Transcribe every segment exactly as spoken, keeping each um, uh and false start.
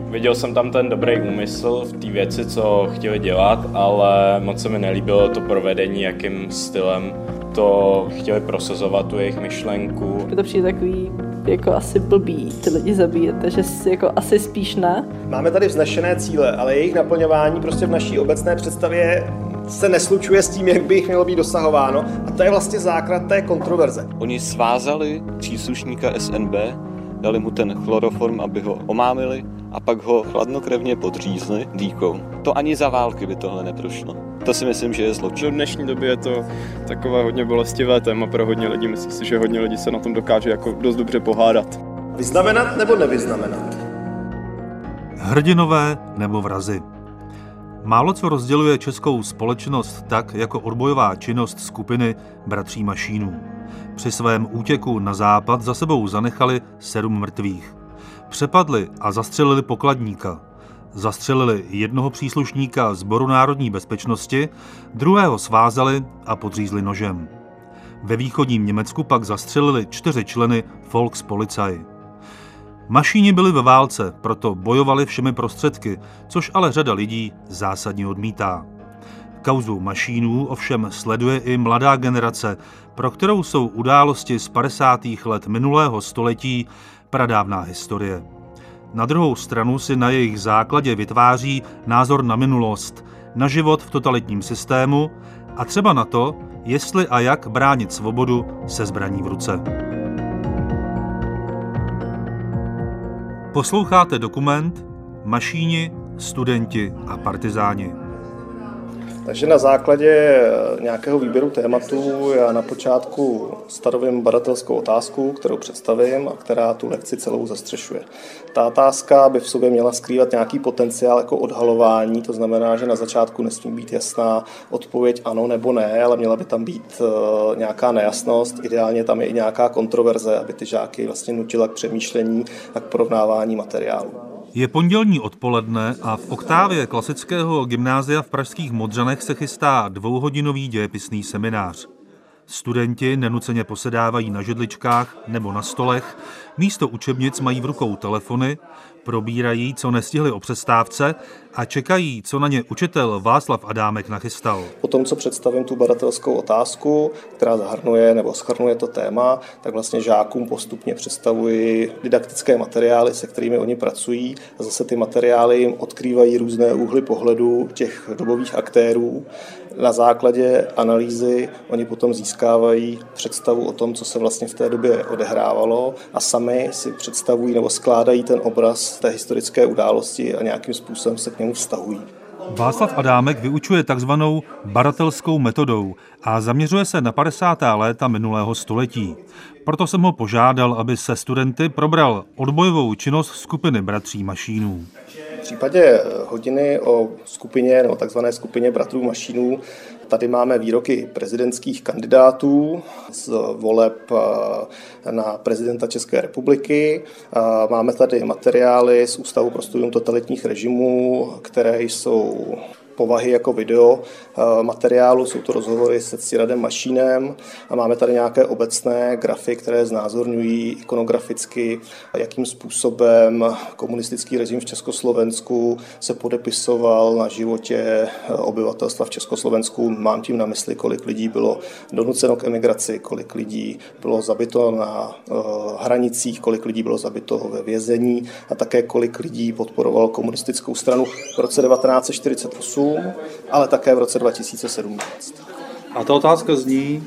Viděl jsem tam ten dobrý úmysl v té věci, co chtěli dělat, ale moc se mi nelíbilo to provedení, jakým stylem to chtěli prosazovat, tu jejich myšlenku. To přijde takový jako asi blbý ty lidi zabíjet, takže jako asi spíš ne. Máme tady vznešené cíle, ale jejich naplňování prostě v naší obecné představě se neslučuje s tím, jak by jich mělo být dosahováno. A to je vlastně základ té kontroverze. Oni svázali příslušníka S N B, dali mu ten chloroform, aby ho omámili a pak ho chladnokrevně podřízli dýkou. To ani za války by tohle neprošlo. To si myslím, že je zločin. V dnešní době je to takové hodně bolestivé téma pro hodně lidí. Myslím si, že hodně lidí se na tom dokáže jako dost dobře pohádat. Vyznamenat nebo nevyznamenat? Hrdinové nebo vrazi. Málo co rozděluje českou společnost tak, jako odbojová činnost skupiny Bratří Mašínů. Při svém útěku na západ za sebou zanechali sedm mrtvých. Přepadli a zastřelili pokladníka. Zastřelili jednoho příslušníka Sboru národní bezpečnosti, druhého svázali a podřízli nožem. Ve východním Německu pak zastřelili čtyři členy Volkspolizei. Mašíni byli ve válce, proto bojovali všemi prostředky, což ale řada lidí zásadně odmítá. Kauzu Mašínů ovšem sleduje i mladá generace, pro kterou jsou události z padesátých let minulého století pradávná historie. Na druhou stranu si na jejich základě vytváří názor na minulost, na život v totalitním systému a třeba na to, jestli a jak bránit svobodu se zbraní v ruce. Posloucháte dokument Mašíni, studenti a partizáni. Takže na základě nějakého výběru tématu já na počátku stanovím badatelskou otázku, kterou představím a která tu lekci celou zastřešuje. Ta otázka by v sobě měla skrývat nějaký potenciál jako odhalování, to znamená, že na začátku nesmí být jasná odpověď ano nebo ne, ale měla by tam být nějaká nejasnost, ideálně tam je i nějaká kontroverze, aby ty žáky vlastně nutila k přemýšlení a k porovnávání materiálu. Je pondělní odpoledne a v oktávě klasického gymnázia v pražských Modřanech se chystá dvouhodinový dějepisný seminář. Studenti nenuceně posedávají na židličkách nebo na stolech, místo učebnic mají v rukou telefony, probírají, co nestihli o přestávce a čekají, co na ně učitel Václav Adámek nachystal. Po tom, co představím tu badatelskou otázku, která zahrnuje nebo shrnuje to téma, tak vlastně žákům postupně představuji didaktické materiály, se kterými oni pracují a zase ty materiály jim odkrývají různé úhly pohledu těch dobových aktérů. Na základě analýzy oni potom získávají představu o tom, co se vlastně v té době odehrávalo a sami si představují nebo skládají ten obraz té historické události a nějakým způsobem se k němu vztahují. Václav Adámek vyučuje takzvanou badatelskou metodou a zaměřuje se na padesátá léta minulého století. Proto jsem ho požádal, aby se studenty probral odbojovou činnost skupiny Bratří Mašínů. V případě hodiny o skupině nebo takzvané skupině Bratrů Mašínů tady máme výroky prezidentských kandidátů z voleb na prezidenta České republiky. Máme tady materiály z Ústavu pro studium totalitních režimů, které jsou povahy jako video materiálu, jsou to rozhovory se Ctiradem Mašínem a máme tady nějaké obecné grafy, které znázorňují ikonograficky, jakým způsobem komunistický režim v Československu se podepisoval na životě obyvatelstva v Československu. Mám tím na mysli, kolik lidí bylo donuceno k emigraci, kolik lidí bylo zabito na hranicích, kolik lidí bylo zabito ve vězení a také kolik lidí podporovalo komunistickou stranu v roce devatenáct set čtyřicet osm, ale také v roce dva tisíce sedmnáct. A ta otázka zní,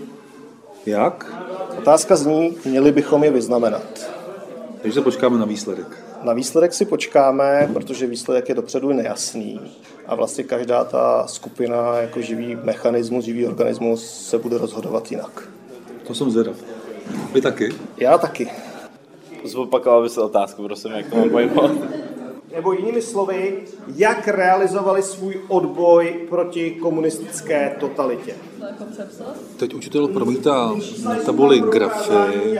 jak? Otázka zní, měli bychom je vyznamenat. Takže se počkáme na výsledek. Na výsledek si počkáme, protože výsledek je dopředu nejasný a vlastně každá ta skupina jako živý mechanismus, živý organismus se bude rozhodovat jinak. To jsem zvědav. Vy taky? Já taky. Zopakoval by se otázku, prosím, jak to mám pojmout. Nebo jinými slovy, jak realizovali svůj odboj proti komunistické totalitě. Teď učitel promítá na tabuli grafy.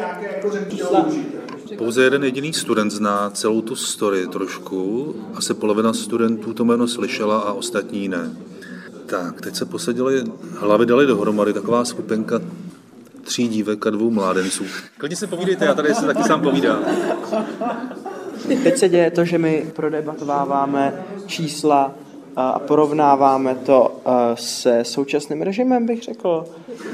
Pouze jeden jediný student zná celou tu story trošku, asi polovina studentů to jméno slyšela a ostatní ne. Tak, teď se posadili, hlavy dali dohromady, taková skupinka tří dívek a dvou mládenců. Klidně si povídejte, já tady se taky sám povídám. Teď se děje to, že my prodebatováváme čísla a porovnáváme to se současným režimem, bych řekl.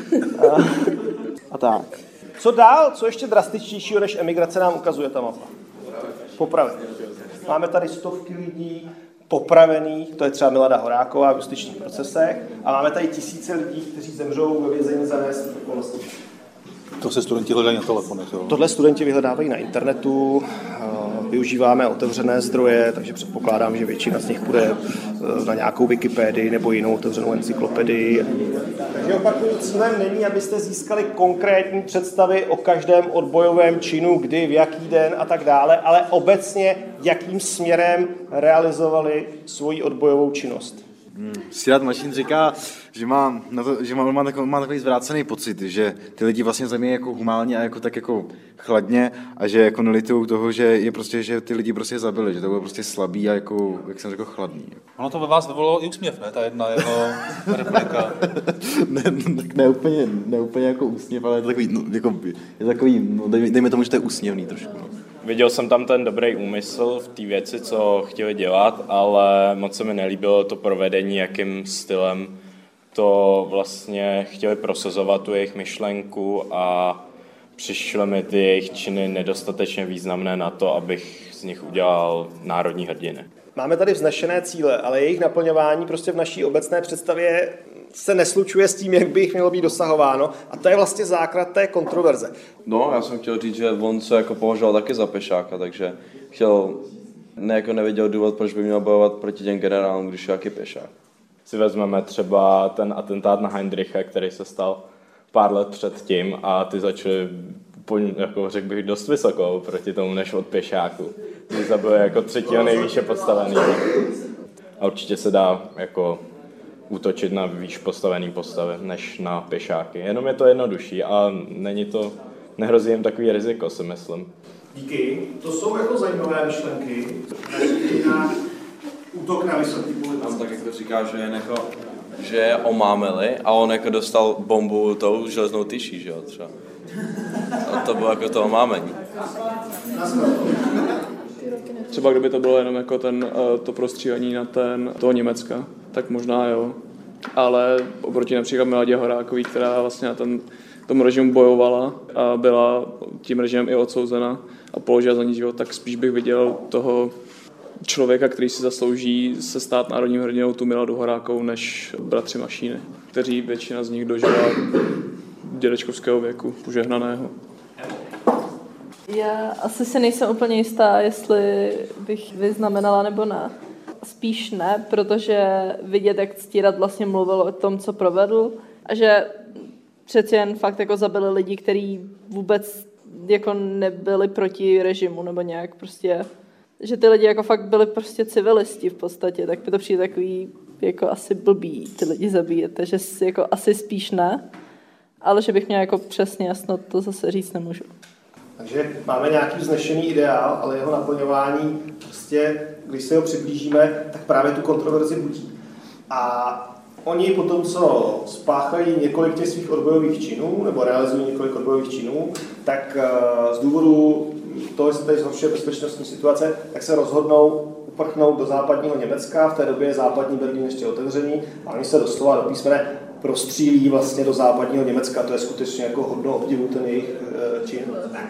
A tak. Co dál? Co ještě drastičtějšího než emigrace nám ukazuje ta mapa? Popravy. Máme tady stovky lidí popravených, to je třeba Milada Horáková v justičních procesech, a máme tady tisíce lidí, kteří zemřou ve vězení za nejasných okolností. To se studenti hledají na telefonech. Jo? Tohle studenti vyhledávají na internetu, využíváme otevřené zdroje, takže předpokládám, že většina z nich půjde na nějakou Wikipedii nebo jinou otevřenou encyklopedii. Takže opakuju, cílem není, abyste získali konkrétní představy o každém odbojovém činu, kdy, v jaký den a tak dále, ale obecně, jakým směrem realizovali svoji odbojovou činnost. Hmm. Ctirad Mašín říká, že má, na to, že má, má, takový, má takový zvrácený pocit, že ty lidi vlastně zajímají jako humálně a jako tak jako chladně a že jako nelitují toho, že je prostě, že ty lidi prostě zabili, že to bylo prostě slabý a jako, jak jsem řekl, chladný. Ono to ve vás vyvolalo i úsměv, ne? Ta jedna jeho replika. ne, tak ne úplně, ne úplně jako úsměv, ale je to takový, no, jako, je takový, no, dej, dejme tomu, že to je úsměvný trošku. No. Viděl jsem tam ten dobrý úmysl v té věci, co chtěli dělat, ale moc se mi nelíbilo to provedení, jakým stylem to vlastně chtěli prosazovat, tu jejich myšlenku, a přišly mi ty jejich činy nedostatečně významné na to, abych z nich udělal národní hrdiny. Máme tady vznešené cíle, ale jejich naplňování prostě v naší obecné představě se neslučuje s tím, jak by jich mělo být dosahováno, a to je vlastně základ té kontroverze. No, já jsem chtěl říct, že on se jako považoval taky za pešáka, takže chtěl, ne, jako nevěděl důvod, proč by měl bojovat proti těm generálům, když je jaký pešák. Si vezmeme třeba ten atentát na Heindricha, který se stal pár let předtím, a ty začaly, jako řekl bych, dost vysoko proti tomu, než od pešáku. Ty zabili jako třetího nejvýše postavený. A určitě se dá jako útočit na výš postavený postavy, než na pešáky. Jenom je to jednodušší a není to, nehrozí jim takový riziko, si myslím. Díky. To jsou jako zajímavé myšlenky. Na útok na vysoký politický. Tam tak jako říká, že jen jako, že je omámili a on jako dostal bombu tou železnou tyší, že jo, třeba. A to bylo jako to omámení. Třeba kdyby to bylo jenom jako ten, to prostřílení na ten, toho Německa, tak možná jo. Ale oproti například Miladě Horákový, která vlastně na ten, tomu režimu bojovala a byla tím režimem i odsouzena a položila za ní život, tak spíš bych viděl toho člověka, který si zaslouží se stát národním hrdinou, tu Miladu Horákovou, než bratři Mašíny, kteří většina z nich dožila dědečkovského věku, požehnaného. Já asi si nejsem úplně jistá, jestli bych vyznamenala nebo ne. Spíš ne, protože vidět, jak Ctirad vlastně mluvil o tom, co provedl, a že přeci jen fakt jako zabili lidi, kteří vůbec jako nebyli proti režimu nebo nějak prostě, že ty lidi jako fakt byli prostě civilisti v podstatě, tak by to přijde takový jako asi blbý ty lidi zabíjet, takže jako asi spíš ne, ale že bych měla jako přesně jasno, to zase říct nemůžu. Takže máme nějaký vznešený ideál, ale jeho naplňování, prostě, když se ho přiblížíme, tak právě tu kontroverzi budí. A oni po tom, co spáchají několik těch svých odbojových činů, nebo realizují několik odbojových činů, tak z důvodu toho, že se tady zhoršuje bezpečnostní situace, tak se rozhodnou uprchnout do západního Německa. V té době je západní Berlín ještě otevřený a oni se doslova do písmene prostřílí vlastně do západního Německa. To je skutečně jako hodno obdivu ten jejich čin.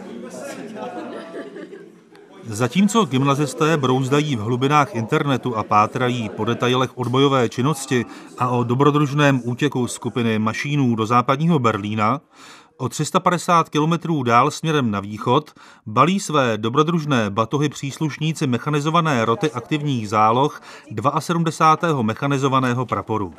Zatímco gymnazisté brouzdají v hlubinách internetu a pátrají po detailech odbojové činnosti a o dobrodružném útěku skupiny Mašínů do západního Berlína, o tři sta padesát kilometrů dál směrem na východ balí své dobrodružné batohy příslušníci mechanizované roty aktivních záloh sedmdesátého druhého mechanizovaného praporu.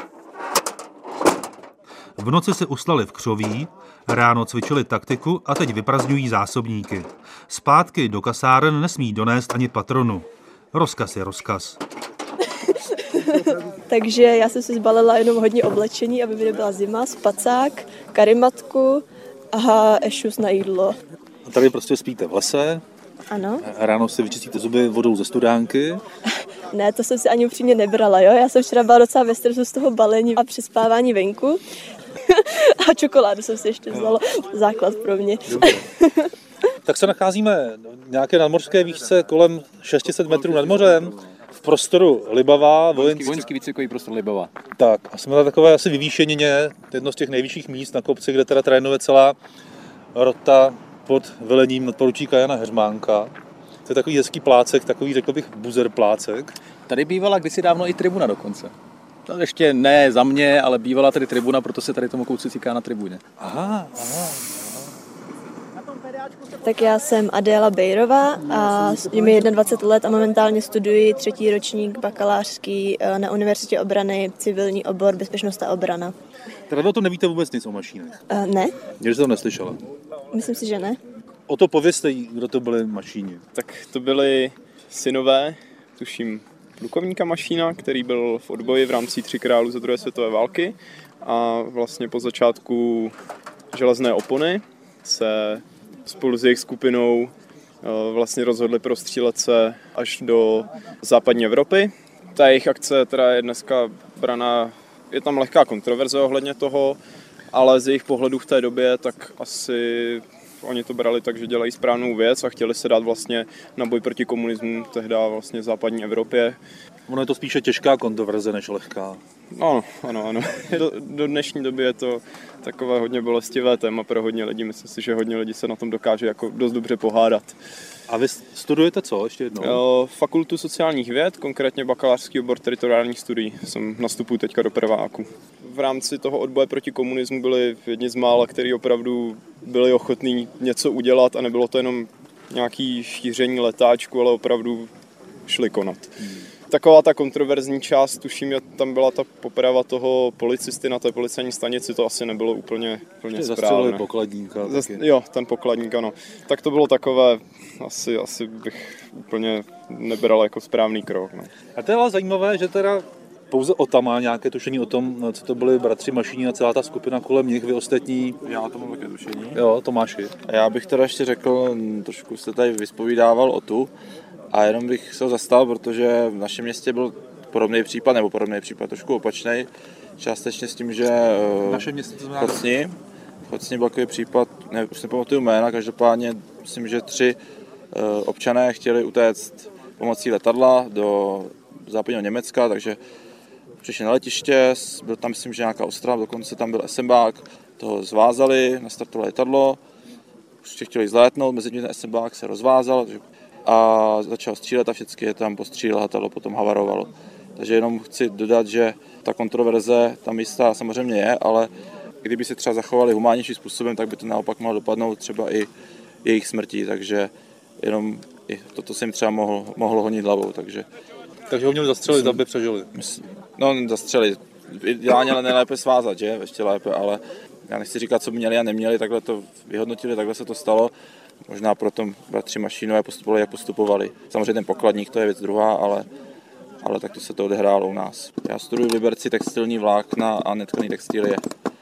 V noci si uslali v křoví, ráno cvičili taktiku a teď vyprazdňují zásobníky. Zpátky do kasáren nesmí donést ani patronu. Rozkaz je rozkaz. Takže já jsem si zbalila jenom hodně oblečení, aby mi nebyla zima, spacák, karimatku a ešus na jídlo. A tady prostě spíte v lese? Ano. A ráno si vyčistíte zuby vodou ze studánky? Ne, to jsem si ani upřímně nebrala, jo. Já jsem včera byla docela ve stresu z toho balení a přespávání venku. A čokoládu jsem si ještě vzala. Základ pro mě. Tak se nacházíme v nějaké nadmořské výšce kolem šest set metrů nad mořem, v prostoru Libavá, vojenský, vojenský výcvikový prostor Libavá. Tak a jsme na takové asi vyvýšenině, jedno z těch nejvyšších míst na kopci, kde teda trénuje celá rota pod velením nadporučíka Jana Heřmánka. To je takový hezký plácek, takový, řekl bych, buzzer plácek. Tady bývala kdysi dávno i tribuna dokonce. To ještě ne za mě, ale bývala tady tribuna, proto se tady tomu kouci říká na tribuně. Aha, aha. Tak já jsem Adéla Bejrová a je mi dvacet jedna let a momentálně studuji třetí ročník bakalářský na Univerzitě obrany, civilní obor bezpečnost a obrana. Teda o to nevíte vůbec nic o mašínech? Uh, ne. Že jste to neslyšela? Myslím si, že ne. O to povězte jí, kdo to byli mašíni. Tak to byli synové, tuším, plukovníka Mašína, který byl v odboji v rámci Tří králů za druhé světové války a vlastně po začátku železné opony se spolu s jejich skupinou vlastně rozhodli prostřílet se až do západní Evropy. Ta jejich akce teda je dneska braná, je tam lehká kontroverze ohledně toho, ale z jejich pohledu v té době tak asi oni to brali tak, že dělají správnou věc a chtěli se dát vlastně na boj proti komunismu tehdy vlastně v západní Evropě. Ono je to spíše těžká kontroverze než lehká. Ano, ano, ano. Do, do dnešní doby je to takové hodně bolestivé téma pro hodně lidí. Myslím si, že hodně lidí se na tom dokáže jako dost dobře pohádat. A vy studujete co ještě jednou? Fakultu sociálních věd, konkrétně bakalářský obor teritoriálních studií. Jsem nastupuji teďka do prváku. V rámci toho odboje proti komunismu byli jedni z mála, kteří opravdu byli ochotní něco udělat a nebylo to jenom nějaký šíření letáčku, ale opravdu šli konat. Hmm. Taková ta kontroverzní část, tuším, že tam byla ta poprava toho policisty na té policejní stanici, to asi nebylo úplně, úplně správné. pokladníka. Zas, jo, ten pokladník, ano. Tak to bylo takové, asi, asi bych úplně nebral jako správný krok. No. A to je ale zajímavé, že teda pouze Ota má nějaké tušení o tom, co to byli bratři Mašíni a celá ta skupina kolem nich, vy ostatní. Já to mám také tušení. Jo, Tomáši. A já bych teda ještě řekl, trošku jste tady vyspovídával Otu, a jenom bych se ho zastal, protože v našem městě byl podobný případ, nebo podobný případ, trošku opačný, částečně s tím, že v našem městě to znamená Chocni, Chocni byl takový případ, ne, už nepamatuju jména, každopádně myslím, že tři uh, občané chtěli utéct pomocí letadla do západního Německa, takže přišli na letiště, byl tam myslím, že nějaká ostrava, dokonce tam byl esembák, toho zvázali, nastartovali letadlo, už chtěli zlétnout, mezi tím ten esembák se rozvázal, takže a začal střílet a vždycky je tam postřílel a letadlo potom havarovalo. Takže jenom chci dodat, že ta kontroverze tam jistá samozřejmě je, ale kdyby se třeba zachovali humánnějším způsobem, tak by to naopak mohlo dopadnout třeba i jejich smrtí, takže jenom i toto se jim třeba mohlo, mohlo honit hlavou. Takže, takže ho měli zastřelit, aby přežili. No, zastřelit. Ideálně ale nejlépe svázat, že? Ještě lépe, ale já nechci říkat, co měli a neměli, takhle to vyhodnotili, takhle se to stalo. Možná proto bratři Mašínové postupovali, jak postupovali. Samozřejmě ten pokladník, to je věc druhá, ale, ale takto se to odehrálo u nás. Já studuji v Liberci textilní vlákna a netkaný textilie.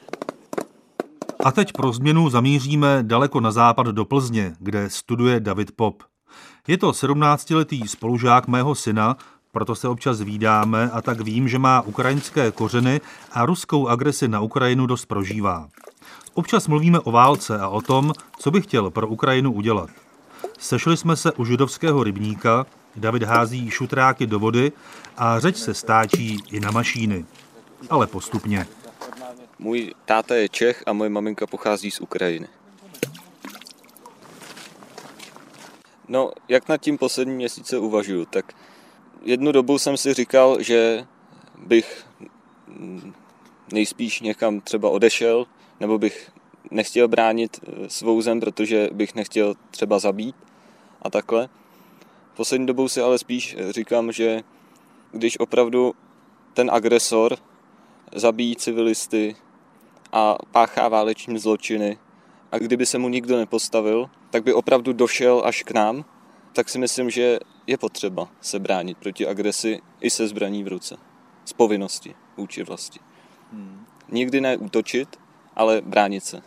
A teď pro změnu zamíříme daleko na západ do Plzně, kde studuje David Pop. Je to sedmnáctiletý spolužák mého syna, proto se občas vídáme a tak vím, že má ukrajinské kořeny a ruskou agresi na Ukrajinu dost prožívá. Občas mluvíme o válce a o tom, co by chtěl pro Ukrajinu udělat. Sešli jsme se u židovského rybníka, David hází šutráky do vody a řeč se stáčí i na mašíny. Ale postupně. Můj táta je Čech a moje maminka pochází z Ukrajiny. No, jak nad tím poslední měsíce uvažuju, tak jednu dobu jsem si říkal, že bych nejspíš někam třeba odešel, nebo bych nechtěl bránit svou zem, protože bych nechtěl třeba zabít a takhle. Poslední dobou si ale spíš říkám, že když opravdu ten agresor zabíjí civilisty a páchá váleční zločiny a kdyby se mu nikdo nepostavil, tak by opravdu došel až k nám, tak si myslím, že je potřeba se bránit proti agresi i se zbraní v ruce. Z povinnosti vůči vlasti. Hmm. Nikdy ne útočit, ale bránit se.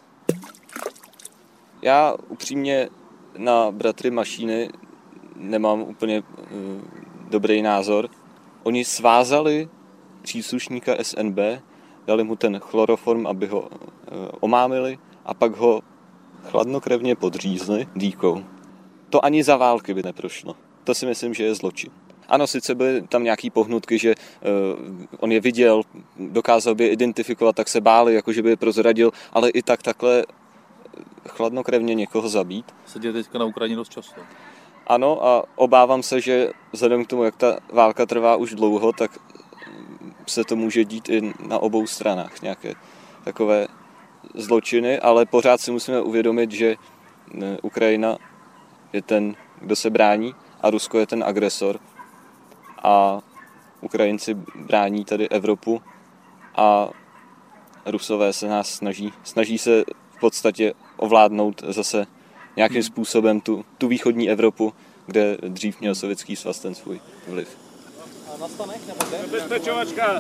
Já upřímně na bratry Mašíny nemám úplně uh, dobrý názor. Oni svázali příslušníka S N B, dali mu ten chloroform, aby ho uh, omámili a pak ho chladnokrevně podřízli dýkou. To ani za války by neprošlo. To si myslím, že je zločin. Ano, sice byly tam nějaký pohnutky, že uh, on je viděl, dokázal by je identifikovat, tak se báli, jako že by je prozradil, ale i tak takhle chladnokrevně někoho zabít. Se děje teďka na Ukrajině dost často. Ano, a obávám se, že vzhledem k tomu, jak ta válka trvá už dlouho, tak se to může dít i na obou stranách nějaké takové zločiny, ale pořád si musíme uvědomit, že Ukrajina je ten, kdo se brání, a Rusko je ten agresor. A Ukrajinci brání tady Evropu a Rusové se nás snaží, snaží se v podstatě ovládnout zase nějakým způsobem tu, tu východní Evropu, kde dřív měl Sovětský svaz ten svůj vliv. A na stanech nebo bezpečovačka!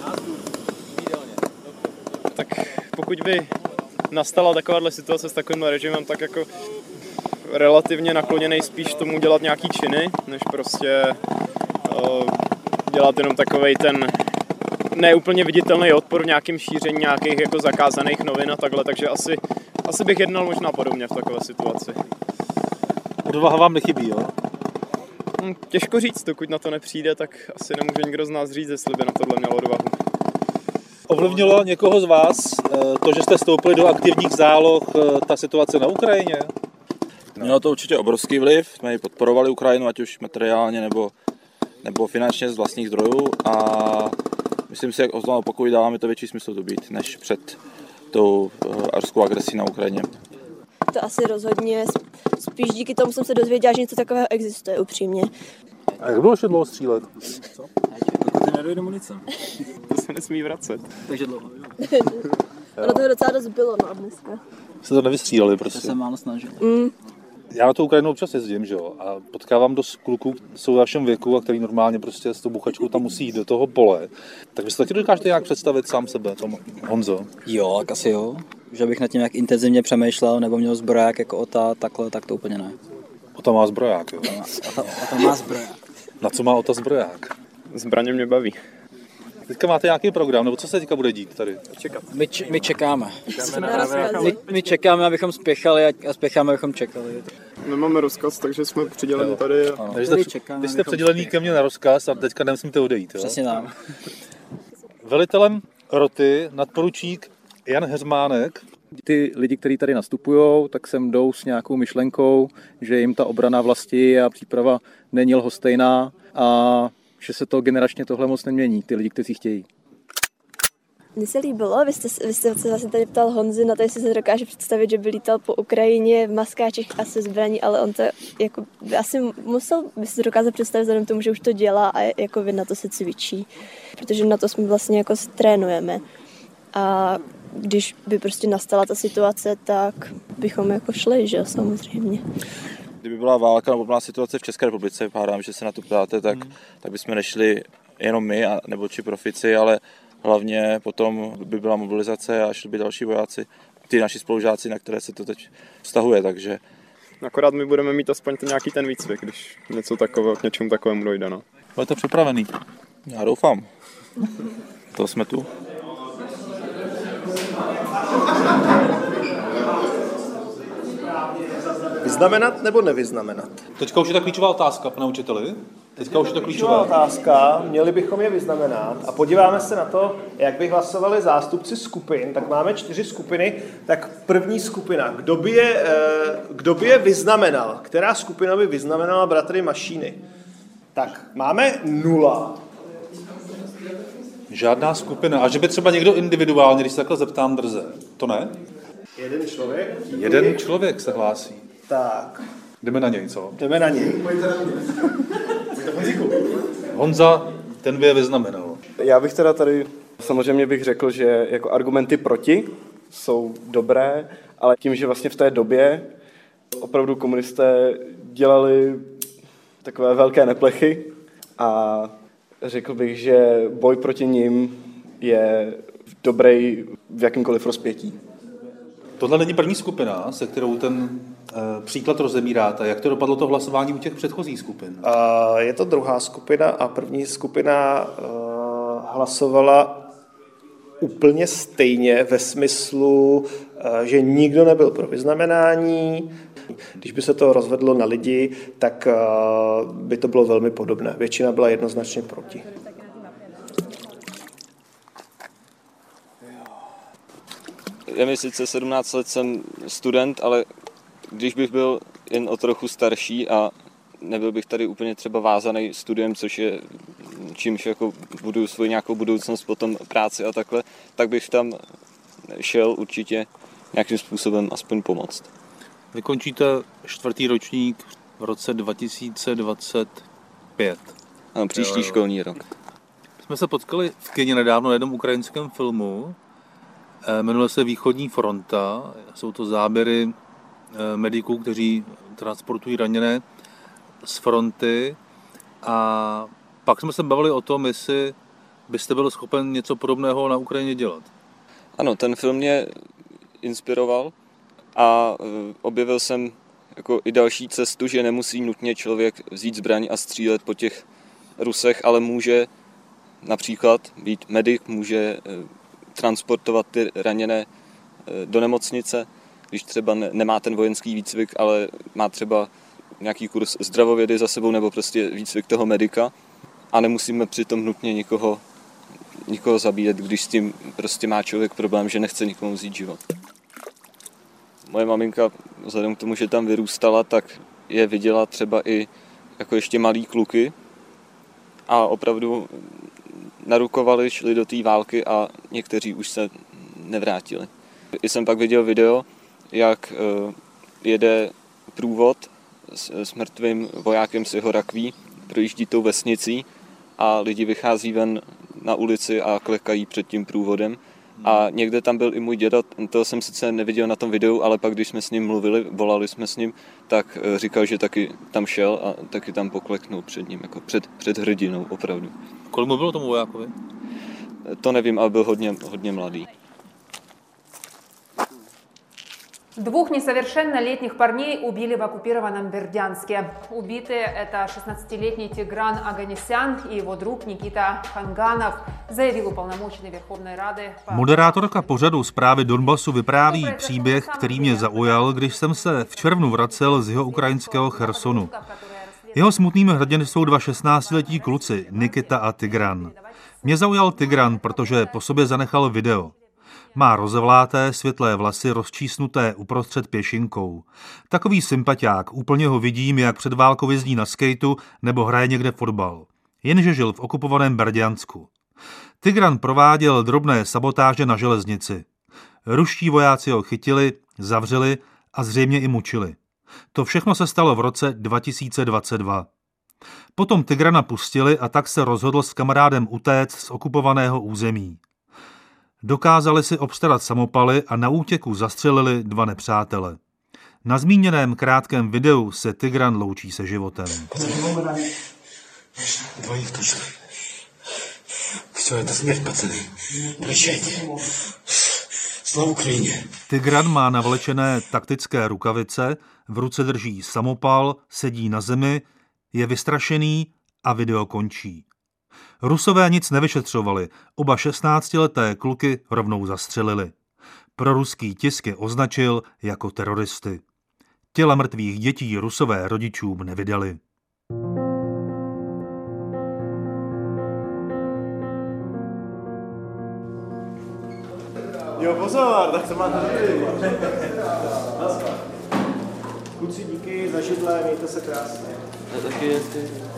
Tak pokud by nastala takováhle situace s takovým režimem, tak jako relativně nakloněnej spíš tomu dělat nějaký činy, než prostě uh, dělat jenom takovej ten neúplně viditelný odpor v nějakém šíření nějakých jako zakázaných novin a takhle, takže asi, asi bych jednal možná podobně v takové situaci. Odvaha vám nechybí, jo? Hm, těžko říct, dokud na to nepřijde, tak asi nemůže nikdo z nás říct, jestli by na tohle měl odvahu. Ovlivnilo někoho z vás to, že jste vstoupili do aktivních záloh, ta situace na Ukrajině? Mělo to určitě obrovský vliv, jsme ji podporovali Ukrajinu, ať už materiálně nebo, nebo finančně z vlastních zdrojů a myslím si, jak oznámil, pokud dává mi to větší smysl to být, než před tou ruskou agresí na Ukrajině. To asi rozhodně, spíš díky tomu jsem se dozvěděla, že něco takového existuje, upřímně. A jak bylo dlouho střílet? Co? Dokud nedojde munice. To se nesmí vracet. Takže dlouho. Ono toho docela dost bylo, no, dneska. Jste to nevystříleli prostě. To se málo snažil. Mm. Já na tu Ukrajinu občas jezdím, že jo, a potkávám dost kluků, jsou v vašem věku a který normálně prostě s tou buchačkou tam musí jít do toho pole. Tak vy si taky dokážete nějak představit sám sebe, Tom, Honzo? Jo, tak asi jo. Že bych nad tím jak intenzivně přemýšlel, nebo měl zbroják jako Ota, takhle, tak to úplně ne. Ota má zbroják, jo? Ota, Ota má zbroják. Na co má Ota zbroják? Zbraně mě baví. Teďka máte nějaký program, nebo co se teďka bude dít tady? Čekat. My, č- my čekáme. My, my čekáme, abychom spěchali a spěcháme, abychom čekali. Nemáme rozkaz, takže jsme přiděleni jo. tady. A... Takže jste, čekáme, vy jste přidělený ke mně na rozkaz a teďka nemusíte odejít, jo? Přesně tak. Velitelem roty nadporučík Jan Heřmánek. Ty lidi, kteří tady nastupují, tak sem jdou s nějakou myšlenkou, že jim ta obrana vlasti a příprava není lhostejná a že se to generačně tohle moc nemění, ty lidi, kteří chtějí. Mně se líbilo, vy jste, vy jste se vlastně tady ptal Honzy na to, jestli se dokáže představit, že by lítal po Ukrajině v maskáčích a se zbraní, ale on to jako by asi musel, by se dokázal představit vzhledem k tomu, že už to dělá a jako vy na to se cvičí, protože na to jsme vlastně jako trénujeme. A když by prostě nastala ta situace, tak bychom jako šli, že samozřejmě. Kdyby byla válka nebo byla situace v České republice, pádám, že se na to ptáte, tak, hmm. tak bychom nešli jenom my, a, nebo či profici, ale hlavně potom by byla mobilizace a šli by další vojáci, ty naši spolužáci, na které se to teď vztahuje, takže... Akorát my budeme mít aspoň ten nějaký ten výcvik, když něco takového, k něčemu takovému dojde, no. Budete připravený? Já doufám. To jsme tu. Vyznamenat nebo nevyznamenat? Teďka už je ta klíčová otázka, pane učiteli. Teďka už je to klíčová otázka, měli bychom je vyznamenat a podíváme se na to, jak by hlasovali zástupci skupin. Tak máme čtyři skupiny, tak první skupina. Kdo by je, kdo by je vyznamenal? Která skupina by vyznamenala bratry Mašíny? Tak, máme nula. Žádná skupina. A že by třeba někdo individuálně, když se takhle zeptám drze, to ne? Jeden člověk? Jeden člověk se hlásí. Tak. Jdeme na něj, co? Jdeme na něj. Honza, ten by je vyznamenal. Já bych teda tady, samozřejmě bych řekl, že jako argumenty proti jsou dobré, ale tím, že vlastně v té době opravdu komunisté dělali takové velké neplechy a řekl bych, že boj proti nim je dobrý v jakýmkoliv rozpětí. Tohle není první skupina, se kterou ten e, příklad rozebíráte. Jak to dopadlo to hlasování u těch předchozích skupin? Uh, je to druhá skupina a první skupina uh, hlasovala úplně stejně ve smyslu, uh, že nikdo nebyl pro vyznamenání. Když by se to rozvedlo na lidi, tak by to bylo velmi podobné. Většina byla jednoznačně proti. Je mi sice sedmnáct let, jsem student, ale když bych byl jen o trochu starší a nebyl bych tady úplně třeba vázaný studiem, což je čímž jako budu svoji nějakou budoucnost, potom práci a takhle, tak bych tam šel určitě nějakým způsobem aspoň pomoct. Vy končíte čtvrtý ročník v roce dva tisíce dvacet pět. Ano, příští jo, školní rok. Jsme se potkali v kině nedávno na jednom ukrajinském filmu. Jmenuje se Východní fronta. Jsou to záběry mediků, kteří transportují raněné z fronty. A pak jsme se bavili o tom, jestli byste byl schopen něco podobného na Ukrajině dělat. Ano, ten film mě inspiroval a objevil jsem jako i další cestu, že nemusí nutně člověk vzít zbraň a střílet po těch Rusech, ale může například být medic, může transportovat ty raněné do nemocnice, když třeba nemá ten vojenský výcvik, ale má třeba nějaký kurz zdravovědy za sebou nebo prostě výcvik toho medika a nemusíme přitom nutně nikoho, nikoho zabíjet, když s tím prostě má člověk problém, že nechce nikomu vzít život. Moje maminka, vzhledem k tomu, že tam vyrůstala, tak je viděla třeba i jako ještě malý kluky a opravdu narukovali, šli do té války a někteří už se nevrátili. I jsem pak viděl video, jak jede průvod s mrtvým vojákem z jeho rakví, projíždí tou vesnicí a lidi vychází ven na ulici a klekají před tím průvodem. A někde tam byl i můj děda, toho jsem sice neviděl na tom videu, ale pak když jsme s ním mluvili, volali jsme s ním, tak říkal, že taky tam šel a taky tam pokleknul před ním, jako před, před hrdinou opravdu. Kolik mu bylo tomu vojákovi? To nevím, ale byl hodně, hodně mladý. Двух несовершеннолетних парней убили в оккупированном Бердянске. Убиты это шестнадцатилетний Тигран Оганесян и его друг Никита Ханганов, заявил уполномоченный Верховной Рады. Moderátorka pořadu Zprávy Donbasu vypráví příběh, který mě zaujal, když jsem se v červnu vracel z jeho ukrajinského Chersonu. Jeho smutnými hrdiny jsou dva šestnáctiletí kluci, Nikita a Tigran. Mě zaujal Tigran, protože po sobě zanechal video. Má rozevláté, světlé vlasy rozčísnuté uprostřed pěšinkou. Takový sympatiák, úplně ho vidím, jak před válkou jezdí na skejtu nebo hraje někde fotbal. Jenže žil v okupovaném Berďansku. Tigran prováděl drobné sabotáže na železnici. Ruští vojáci ho chytili, zavřeli a zřejmě i mučili. To všechno se stalo v roce dva tisíce dvacet dva. Potom Tigrana pustili a tak se rozhodl s kamarádem utéct z okupovaného území. Dokázali si obstarat samopaly a na útěku zastřelili dva nepřátele. Na zmíněném krátkém videu se Tigran loučí se životem. Tigran má navlečené taktické rukavice, v ruce drží samopal, sedí na zemi, je vystrašený a video končí. Rusové nic nevyšetřovali, oba šestnáctileté kluky rovnou zastřelili. Proruský tisk je označil jako teroristy. Těla mrtvých dětí Rusové rodičům nevydali. Jo, pozor, tak to máte dobrý. Kluci, díky za židle, mějte se krásně. A taky jestli...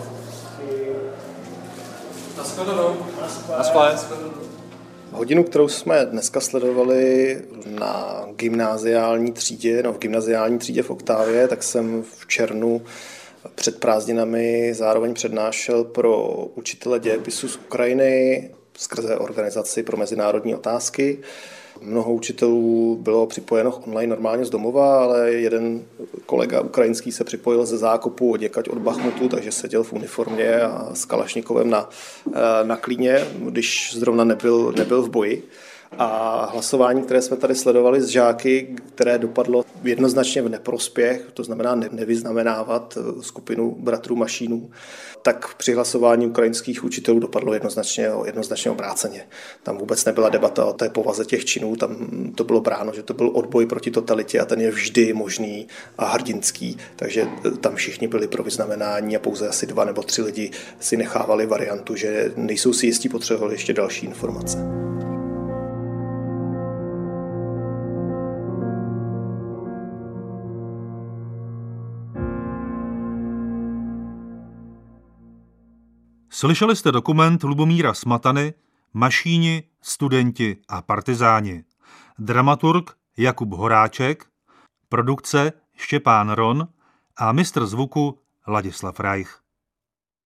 Hodinu, kterou jsme dneska sledovali na gymnáziální třídě, no v gymnáziální třídě v Oktávě, tak jsem v červnu před prázdninami zároveň přednášel pro učitele dějepisu z Ukrajiny skrze organizaci pro mezinárodní otázky. Mnoho učitelů bylo připojeno online normálně z domova, ale jeden kolega ukrajinský se připojil ze zákopu odněkať od Bachmutu, takže seděl v uniformě a s kalašnikovem na, na klíně, když zrovna nebyl, nebyl v boji. A hlasování, které jsme tady sledovali s žáky, které dopadlo jednoznačně v neprospěch, to znamená nevyznamenávat skupinu bratrů Mašínů, tak při hlasování ukrajinských učitelů dopadlo jednoznačně, jednoznačně obráceně. Tam vůbec nebyla debata o té povaze těch činů, tam to bylo bráno, že to byl odboj proti totalitě a ten je vždy možný a hrdinský, takže tam všichni byli pro vyznamenání a pouze asi dva nebo tři lidi si nechávali variantu, že nejsou si jistí, potřebovali ještě další informace. Slyšeli jste dokument Lubomíra Smatany Mašíni, studenti a partizáni. Dramaturg Jakub Horáček, produkce Štěpán Ron a mistr zvuku Ladislav Reich.